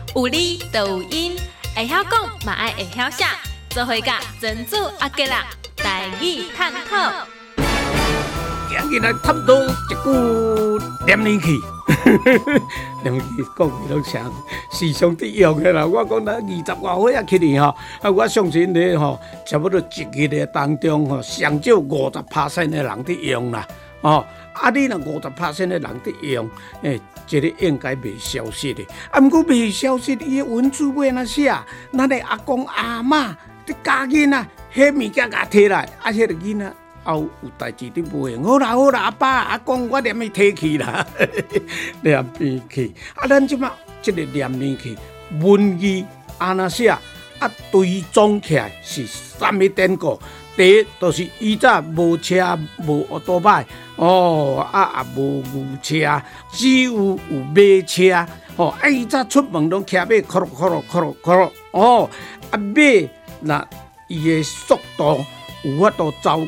有理就有因，会晓讲嘛爱会晓写，做伙甲珍珠阿吉啦，台语探讨。 今日来探讨一句念年去，念年去讲起拢啥时常得用的啦。我讲咱20外岁啊去哩吼，我相信咧吼，差不多一日的当中吼，上少50%的人得用啦。你若50%的人得用，这个应该袂消失的。毋过袂消失，伊的文字要安怎写？咱的阿公阿嬷伫家囡仔，迄物件甲摕来，迄个囡仔。有代志伫卖，好啦，阿爸阿公，我念伊提去啦，念边去。咱即马即个念年去，文字安怎写？追踪起来是三个典故。第一，就是以早无车无奥多摆，也无牛车，只有马车。以早出门拢骑马，靠咯。马那伊的速度。有法度走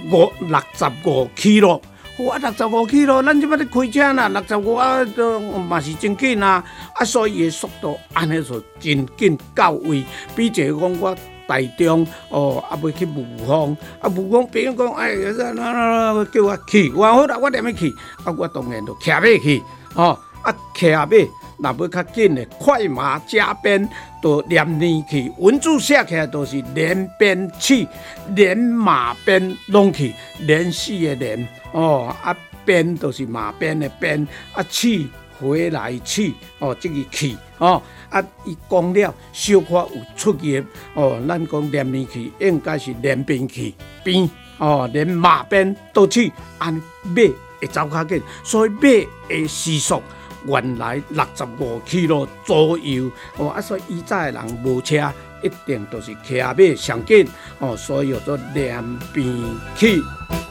65 km， 65 km， 咱即摆咧开车啦，65嘛是真紧啊！所以伊的速度安尼就真紧到位。比一个讲我台中要去雾峰，雾峰朋友讲叫我去，我好啦，我念要去，我当然就骑马去，骑马。若要较紧的快马加鞭，就念年去。文字写起来都是连鞭起，连马鞭拢去，连死的连鞭就是马鞭的鞭，起回来起这个去伊讲了小可有出入咱讲念年去，应该是连鞭去鞭连马鞭都去，马会走较紧，所以马的时速。原来65 km 左右，所以以早的人无车，一定都是骑马上紧，所以叫做连鞭去。